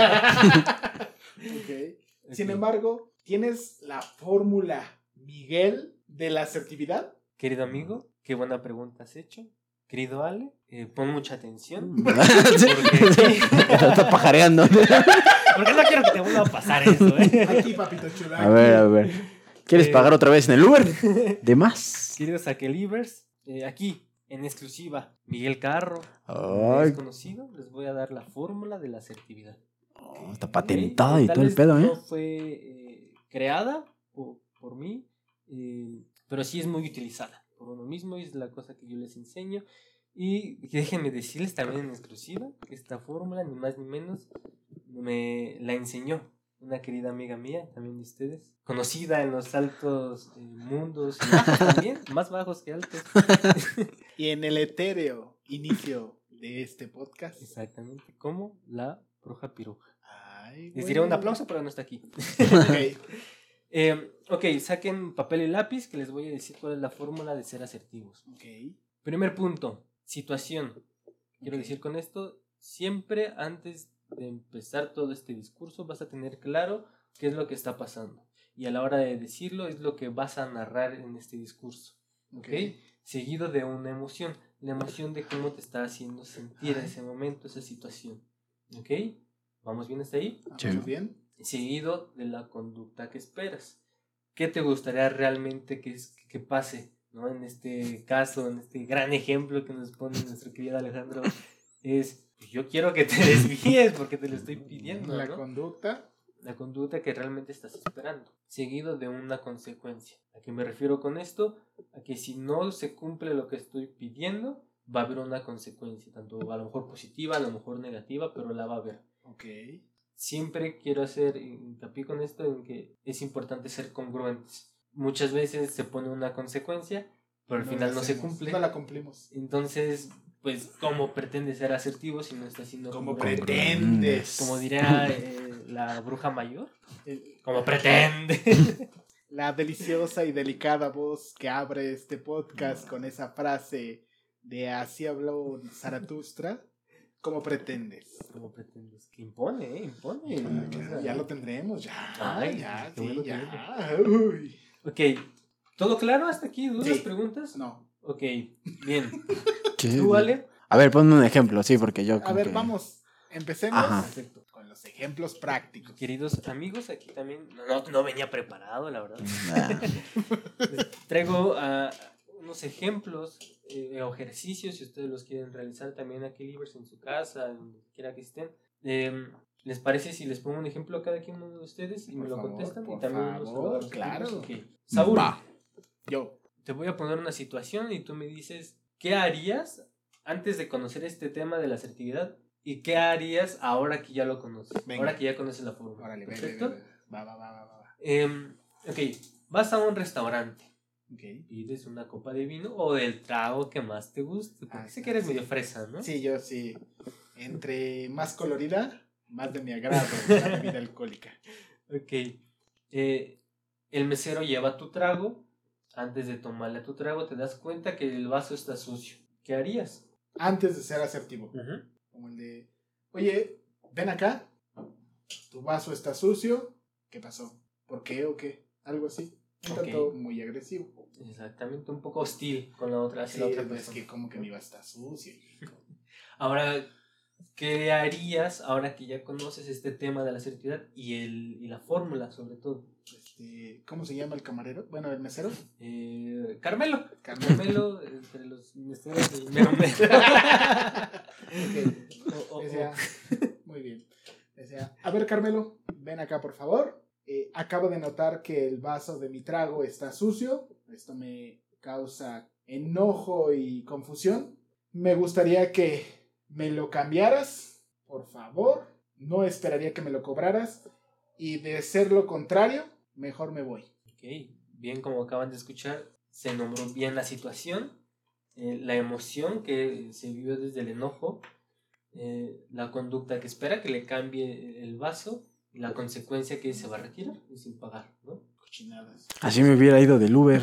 Okay. Ok. Sin embargo, ¿tienes la fórmula Miguel de la asertividad? Querido amigo, qué buena pregunta has hecho. Querido Ale, eh, pon mucha atención. Sí. Porque, Está pajareando. porque no quiero que te vuelva a pasar eso, ¿eh? Aquí, papito chulo. A ver, a ver. ¿Quieres Eh, pagar otra vez en el Uber? ¿De más? Queridos Aquelivers, eh, aquí, en exclusiva, Miguel Carro, Ay, desconocido, les voy a dar la fórmula de la asertividad. oh, está patentada Ok, y tal todo el vez pedo, ¿eh? No fue eh, creada por, por mí, eh, pero sí es muy utilizada por uno mismo y es la cosa que yo les enseño. Y déjenme decirles también en exclusiva que esta fórmula, ni más ni menos, me la enseñó una querida amiga mía, también de ustedes, conocida en los altos eh, mundos y bajos también, más bajos que altos. Y en el etéreo inicio de este podcast. Exactamente, como la bruja piruja. Ay, Les diré un güey. aplauso, pero no está aquí. Ok. Eh, ok, saquen papel y lápiz que les voy a decir cuál es la fórmula de ser asertivos. Ok. Primer punto, situación. Quiero Ok. decir con esto, siempre antes de empezar todo este discurso vas a tener claro qué es lo que está pasando. Y a la hora de decirlo es lo que vas a narrar en este discurso. ¿Ok? Seguido de una emoción. La emoción de cómo te está haciendo sentir en ese momento, esa situación. ¿Ok? ¿Vamos bien hasta ahí? ¿Vamos Sí. bien? Seguido de la conducta que esperas. ¿Qué te gustaría realmente que, es- que pase? ¿No? En este caso, en este gran ejemplo que nos pone nuestro querido Alejandro, es, pues, yo quiero que te desvíes porque te lo estoy pidiendo, La ¿no? conducta. La conducta que realmente estás esperando, seguido de una consecuencia. ¿A qué me refiero con esto? A que si no se cumple lo que estoy pidiendo, va a haber una consecuencia, tanto a lo mejor positiva, a lo mejor negativa, pero la va a haber. Ok. Siempre quiero hacer hincapié con esto en que es importante ser congruentes. Muchas veces se pone una consecuencia, pero al No final la no se hacemos, cumple. No la cumplimos. Entonces, pues, ¿cómo pretende ser asertivo si no está siendo Como congruente? pretendes. Como diría eh, la bruja mayor, El- como pretende. La deliciosa y delicada voz que abre este podcast con esa frase de así habló Zaratustra. ¿Cómo pretendes? Como pretendes. Que impone, ¿eh? Impone. Ah, claro, ya lo tendremos, ya. Ay, ya, qué sí, bueno, ya. Uy. Ok, ¿todo claro hasta aquí? ¿Dudas, Sí. preguntas? No. Ok, bien. ¿Qué? ¿Tú, Ale? A ver, ponme un ejemplo, sí, porque yo. A como ver, que- vamos. Empecemos Ajá. Perfecto. con los ejemplos prácticos. Queridos amigos, aquí también no, no, no venía preparado, la verdad. Ah, Traigo ah, unos ejemplos eh, o ejercicios, si ustedes los quieren realizar también aquí libres en su casa, en donde quiera que estén. Eh, ¿Les parece si les pongo un ejemplo a cada uno de ustedes y Por me lo favor, contestan? por Y también unos favor, a los claro. amigos? Ok. Saúl, Va. Yo. te voy a poner una situación y tú me dices qué harías antes de conocer este tema de la asertividad y qué harías ahora que ya lo conoces, Venga. ahora que ya conoces la fórmula. Órale, ve, ve, ¿Perfecto? ve, ve. Va, va, va, va, va, va. Em, ok, vas a un restaurante. Ok. Pides una copa de vino o del trago que más te guste. Porque Ah, sé que eres sí. medio fresa, ¿no? Sí, yo sí. Entre más colorida, más de mi agrado la bebida alcohólica. Ok. Eh, el mesero lleva tu trago. Antes de tomarle a tu trago, te das cuenta que el vaso está sucio. ¿Qué harías? Antes de ser asertivo. Como el de, oye, ven acá. Tu vaso está sucio. ¿Qué pasó? ¿Por qué o qué? Algo así. Un Ok. tanto muy agresivo. Exactamente, un poco hostil con la otra, hacia Sí, la otra es persona. que como que mi vaso está sucio. Ahora, ¿qué harías ahora que ya conoces este tema de la asertividad y, el, y la fórmula, sobre todo? Este, ¿cómo se llama el camarero? Bueno, el mesero. Eh, Carmelo. Carmelo. Carmelo, entre los meseros, el mero mero. Ok. O- o- Decía, muy bien. Decía, a ver, Carmelo, ven acá, por favor. Eh, acabo de notar que el vaso de mi trago está sucio. Esto me causa enojo y confusión. Me gustaría que me lo cambiaras, por favor. No esperaría que me lo cobraras. Y de ser lo contrario, mejor me voy. Ok, bien, como acaban de escuchar, se nombró bien la situación, eh, la emoción que se vivió desde el enojo, eh, la conducta que espera que le cambie el vaso y la consecuencia que se va a retirar y sin pagar, ¿no? cochinadas. Así me hubiera ido del Uber.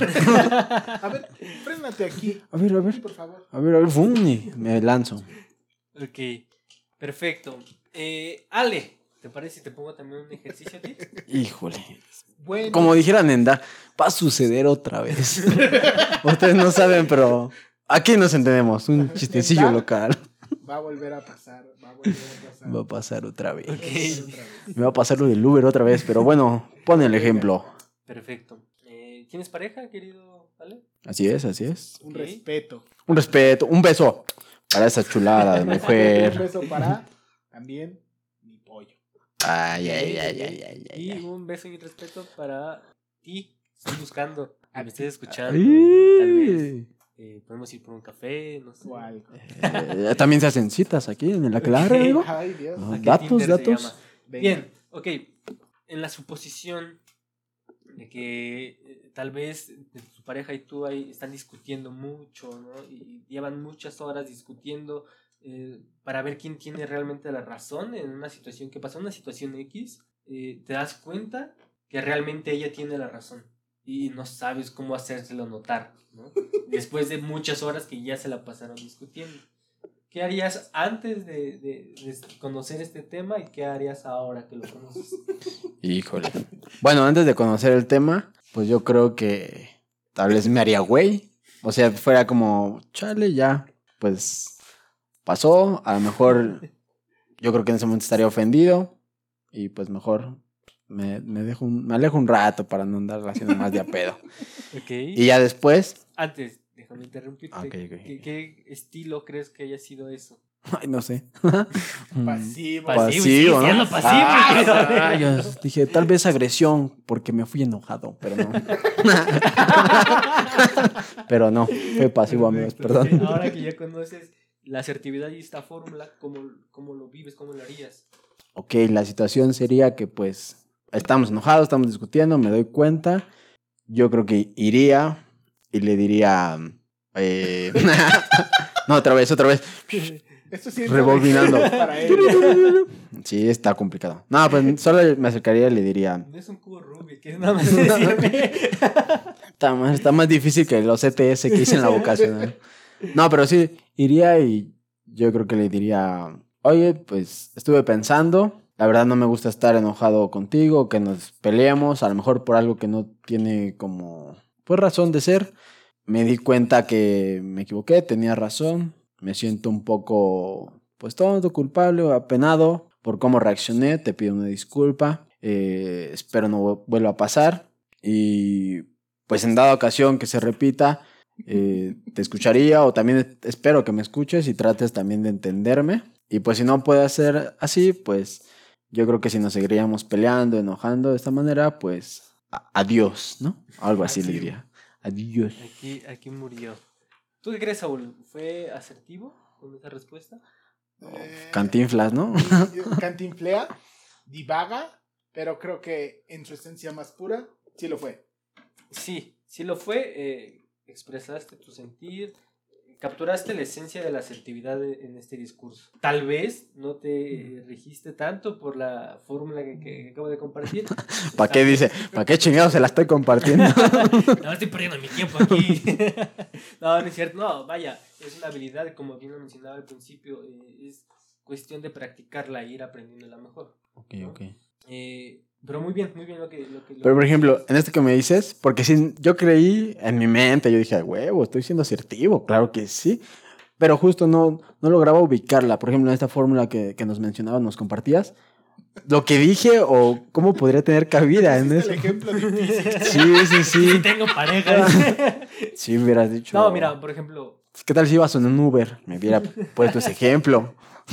A ver, frénate aquí. A ver, a ver. Sí, por favor. A ver, a ver, fum, y me lanzo. Ok, perfecto. Eh, Ale, ¿te parece si te pongo también un ejercicio a ti? Híjole. Bueno, Como dijeran en Da, va a suceder otra vez. Ustedes no saben, pero aquí nos entendemos. Un chistecillo ¿Verdad? local. va a volver a pasar. Va a volver a pasar. Va a pasar otra vez. Va a pasar otra vez. Me va a pasar lo del Uber otra vez, pero bueno, pon el ejemplo. Perfecto. Eh, ¿Tienes pareja, querido Ale? Así es, así es. Un Ok. respeto. Un respeto, un beso para esa chulada de Un mujer. beso para también mi pollo. Ay, ay, ay, ay, ay, ay, Y ay. un beso y respeto para ti. Estoy buscando. Que me estés escuchando. Ay. Tal vez eh, podemos ir por un café, no sé. O algo. Eh, También se hacen citas aquí en el Aquelarre, amigo. Ay, Dios. Ah, ¿A qué datos, Tinder se datos. llama? Venga. Bien, ok. En la suposición de que eh, tal vez eh, tu pareja y tú ahí están discutiendo mucho, ¿no? Y llevan muchas horas discutiendo eh, para ver quién tiene realmente la razón en una situación que pasa, una situación X, eh, te das cuenta que realmente ella tiene la razón y no sabes cómo hacérselo notar, ¿no? Después de muchas horas que ya se la pasaron discutiendo. ¿Qué harías antes de, de, de conocer este tema y qué harías ahora que lo conoces? Híjole. Bueno, antes de conocer el tema, pues yo creo que tal vez me haría güey. O sea, fuera como, chale, ya, pues pasó. A lo mejor yo creo que en ese momento estaría ofendido. Y pues mejor me, me, dejo un- me alejo un rato para no andar haciendo más de a pedo. Ok. Y ya después, Antes, déjame interrumpirte. Ok, ok. ¿Qué, qué estilo crees que haya sido eso? ay, no sé. Mm, Pasivo. Pasivo, Pasivo, sí, ¿no? siendo pasivo. Ah, yo dije, tal vez agresión, porque me fui enojado, pero no. Pero no, fue pasivo, amigos, Perfecto. perdón. Ok, ahora que ya conoces la asertividad y esta fórmula, ¿cómo, cómo lo vives? ¿Cómo lo harías? Ok, la situación sería que pues estamos enojados, estamos discutiendo, me doy cuenta. Yo creo que iría y le diría... eh, no, otra vez, otra vez. Esto sí es Rebobinando. para ella. Sí, está complicado. No, pues solo me acercaría y le diría... No es un cubo Rubik, es nada más decirme. Está más, está más difícil que los E T S que hice en la vocacional. No, pero sí, iría y yo creo que le diría, oye, pues estuve pensando, la verdad no me gusta estar enojado contigo, que nos peleemos, a lo mejor por algo que no tiene como, pues razón de ser. Me di cuenta que me equivoqué, tenía razón, me siento un poco, pues tonto, culpable, apenado por cómo reaccioné, te pido una disculpa, eh, espero no vuelva a pasar y... pues en dada ocasión que se repita, eh, te escucharía o también espero que me escuches y trates también de entenderme. Y pues si no puede ser así, pues yo creo que si nos seguiríamos peleando, enojando de esta manera, pues a- adiós, ¿no? Algo así le diría. Adiós. Aquí, aquí murió. ¿Tú qué crees, Saúl? ¿Fue asertivo con esa respuesta? Eh, Cantinflas, ¿no? Cantinflea, divaga, pero creo que en su esencia más pura, sí lo fue. Sí, sí lo fue. Eh, expresaste tu sentir, capturaste la esencia de la asertividad de- en este discurso. Tal vez no te registe tanto por la fórmula que, que acabo de compartir. ¿Para qué dice? ¿Para qué chingados se la estoy compartiendo? No, estoy perdiendo mi tiempo aquí. No, no es cierto. No, vaya, es una habilidad, como bien lo mencionaba al principio, eh, es cuestión de practicarla e ir aprendiéndola mejor. Ok, ok. Eh, pero muy bien, muy bien lo que... Lo que lo Pero por que ejemplo, dices. en esto que me dices, porque sí, yo creí en mi mente, yo dije, "Ay, huevo, estoy siendo asertivo, claro que sí. Pero justo no, no lograba ubicarla. Por ejemplo, en esta fórmula que, que nos mencionabas, nos compartías, lo que dije o cómo podría tener cabida en Ese es eso. el ejemplo difícil. Sí, sí, Sí, sí. tengo pareja. Sí, hubieras dicho. No, mira, por ejemplo, ¿Qué tal si ibas en un Uber? Me hubiera puesto ese ejemplo.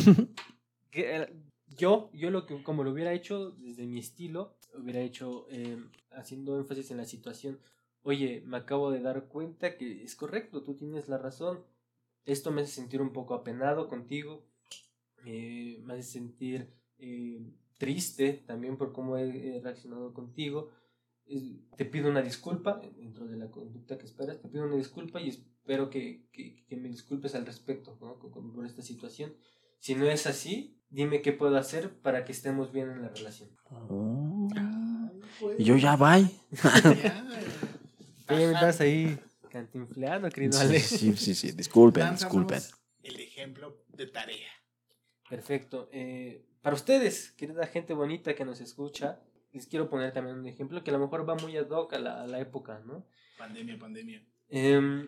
que, eh, yo, yo lo que como lo hubiera hecho desde mi estilo, hubiera hecho eh, haciendo énfasis en la situación. Oye, me acabo de dar cuenta que es correcto, tú tienes la razón. Esto me hace sentir un poco apenado contigo, eh, me hace sentir eh, triste también por cómo he, he reaccionado contigo. Eh, te pido una disculpa dentro de la conducta que esperas, te pido una disculpa y espero que, que, que me disculpes al respecto, ¿no? Con- con- por esta situación. Si no es así, dime qué puedo hacer para que estemos bien en la relación. pues. Y yo, ya, bye. Ya, Oye, me estás ahí cantinfleando, querido Ale. Sí, sí, sí, sí, disculpen, Lánzanos disculpen. el ejemplo de tarea. Perfecto. Eh, para ustedes, querida gente bonita que nos escucha, les quiero poner también un ejemplo que a lo mejor va muy ad hoc a la, a la época, ¿no? Pandemia, pandemia. Eh,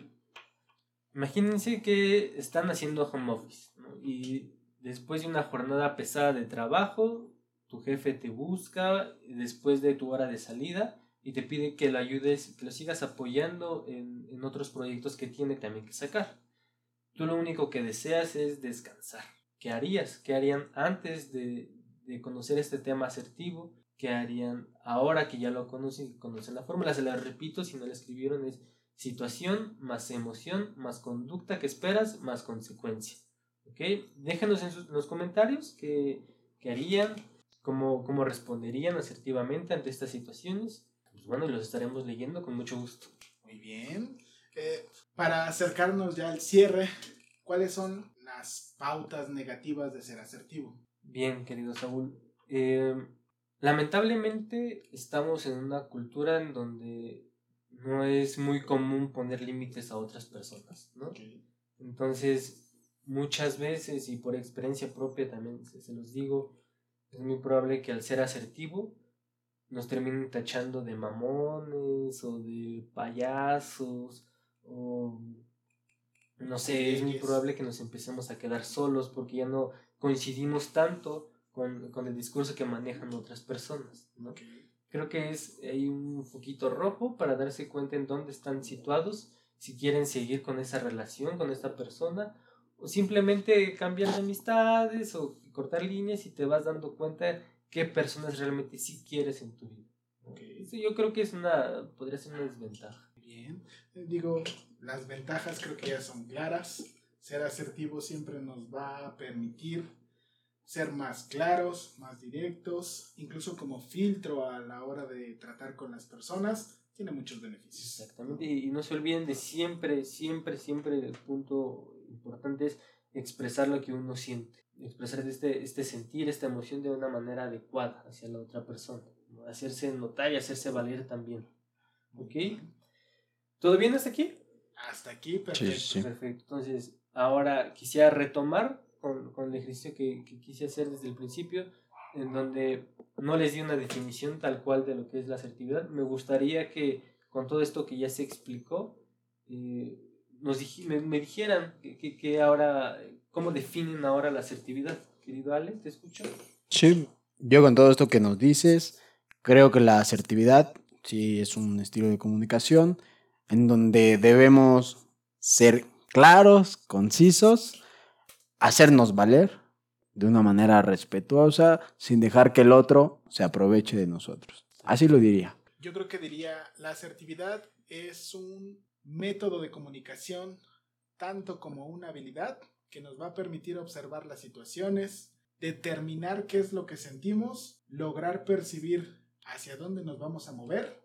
imagínense que están haciendo home office, ¿no? Y después de una jornada pesada de trabajo, tu jefe te busca después de tu hora de salida y te pide que lo ayudes, que lo sigas apoyando en, en otros proyectos que tiene también que sacar. Tú lo único que deseas es descansar. ¿Qué harías? ¿Qué harían antes de, de conocer este tema asertivo? ¿Qué harían ahora que ya lo conocen y conocen la fórmula? Se la repito, si no la escribieron, es situación más emoción más conducta que esperas más consecuencia. ¿Ok? Déjenos en, sus, en los comentarios qué, qué harían, cómo, cómo responderían asertivamente ante estas situaciones. Pues bueno, los estaremos leyendo con mucho gusto. Muy bien. Eh, para acercarnos ya al cierre, ¿cuáles son las pautas negativas de ser asertivo? Bien, querido Saúl. Eh, lamentablemente estamos en una cultura en donde no es muy común poner límites a otras personas, ¿no? Okay. Entonces, muchas veces, y por experiencia propia también se, se los digo, es muy probable que al ser asertivo nos terminen tachando de mamones o de payasos o no sé, es muy probable que nos empecemos a quedar solos porque ya no coincidimos tanto con, con el discurso que manejan otras personas, ¿no? Okay. Creo que es ahí un foquito rojo para darse cuenta en dónde están situados, si quieren seguir con esa relación con esta persona o simplemente cambiar de amistades o cortar líneas y te vas dando cuenta qué personas realmente sí quieres en tu vida. Okay. Eso yo creo que es una, podría ser una desventaja. Bien, digo, las ventajas creo que ya son claras. Ser asertivo siempre nos va a permitir ser más claros, más directos, incluso como filtro a la hora de tratar con las personas, tiene muchos beneficios. Exactamente, y no se olviden de siempre, siempre, siempre el punto importante es expresar lo que uno siente, expresar este, este sentir, esta emoción de una manera adecuada hacia la otra persona, ¿no? Hacerse notar y hacerse valer también. ¿Ok? ¿Todo bien hasta aquí? Hasta aquí, perfecto. Sí, sí. Perfecto, entonces ahora quisiera retomar con, con el ejercicio que, que quise hacer desde el principio, en donde no les di una definición tal cual de lo que es la asertividad. Me gustaría que con todo esto que ya se explicó, eh, nos dij- me, me dijeran que, que, que ahora, cómo definen ahora la asertividad. Querido Ale, ¿te escucho? Sí, yo con todo esto que nos dices, creo que la asertividad sí es un estilo de comunicación en donde debemos ser claros, concisos, hacernos valer de una manera respetuosa, sin dejar que el otro se aproveche de nosotros. Así lo diría. Yo creo que diría, la asertividad es un método de comunicación tanto como una habilidad que nos va a permitir observar las situaciones, determinar qué es lo que sentimos, lograr percibir hacia dónde nos vamos a mover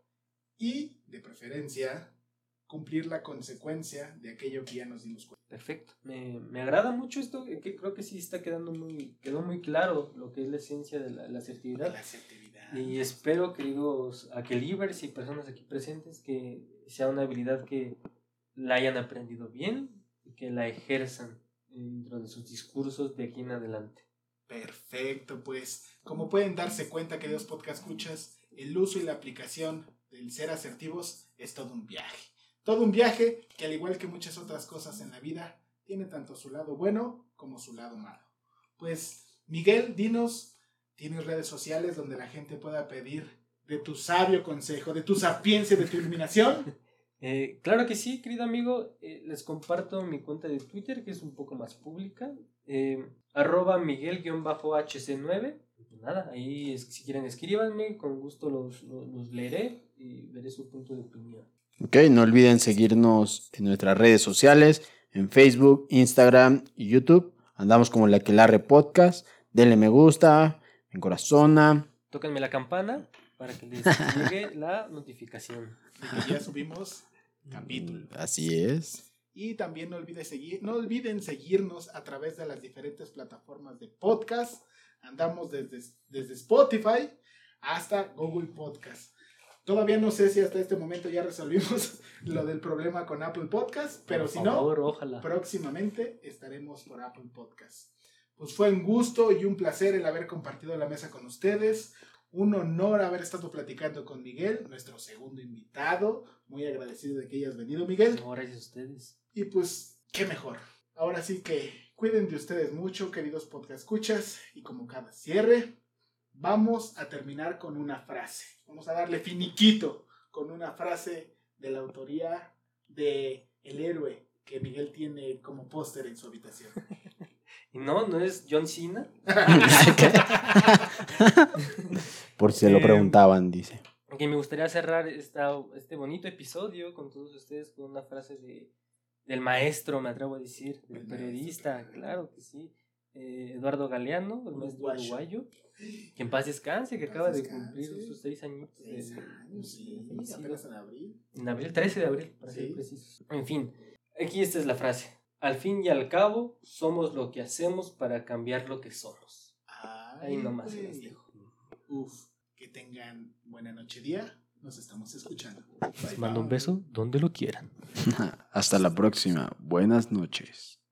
y, de preferencia, cumplir la consecuencia de aquello que ya nos dimos cuenta. Perfecto. Me, me agrada mucho esto, que creo que sí está quedando muy, quedó muy claro lo que es la esencia de la, la asertividad. La asertividad. Y espero, queridos aquelivers y personas aquí presentes, que sea una habilidad que la hayan aprendido bien y que la ejerzan dentro de sus discursos de aquí en adelante. Perfecto, pues como pueden darse cuenta, queridos podcast escuchas, el uso y la aplicación del ser asertivos es todo un viaje. Todo un viaje que, al igual que muchas otras cosas en la vida, tiene tanto su lado bueno como su lado malo. Pues, Miguel, dinos, ¿tienes redes sociales donde la gente pueda pedir de tu sabio consejo, de tu sapiencia, de tu iluminación? Eh, claro que sí, querido amigo. Eh, les comparto mi cuenta de Twitter, que es un poco más pública. Eh, arroba Miguel-H C nueve. Nada, ahí es, si quieren escríbanme, con gusto los, los, los leeré y veré su punto de opinión. Ok, no olviden seguirnos en nuestras redes sociales, en Facebook, Instagram y YouTube. Andamos como La Aquelarre Podcast. Denle me gusta, en corazón. Tóquenme la campana para que les llegue la notificación. De que ya subimos capítulo. Así es. Y también no olviden, seguir, no olviden seguirnos a través de las diferentes plataformas de podcast. Andamos desde, desde Spotify hasta Google Podcast. Todavía no sé si hasta este momento ya resolvimos lo del problema con Apple Podcast, pero Por si favor, no, ojalá. próximamente estaremos por Apple Podcast. Pues fue un gusto y un placer el haber compartido la mesa con ustedes. Un honor haber estado platicando con Miguel, nuestro segundo invitado. Muy agradecido de que hayas venido, Miguel. No, gracias a ustedes. Y pues, qué mejor. Ahora sí que cuiden de ustedes mucho, queridos podcast escuchas. Y como cada cierre, vamos a terminar con una frase. Vamos a darle finiquito con una frase de la autoría de El Héroe que Miguel tiene como póster en su habitación. Y no, no es John Cena. Por si se lo Eh, preguntaban, dice. Que me gustaría cerrar esta, este bonito episodio con todos ustedes con una frase de, del maestro, me atrevo a decir, del El periodista, maestro. claro que sí. Eh, Eduardo Galeano, el maestro Uruguayo. uruguayo, que en paz descanse, que En paz acaba de descanse. cumplir sus seis añitos. de- Seis años, sí, de fallecido. apenas en abril. En abril, trece de abril, para Sí. ser precisos. En fin, aquí esta es la frase. Al fin y al cabo, somos lo que hacemos para cambiar lo que somos. Ahí nomás se las güey. dejo. Uf, que tengan buena noche día. Nos estamos escuchando. Les mando un beso donde lo quieran. Hasta la próxima. Buenas noches.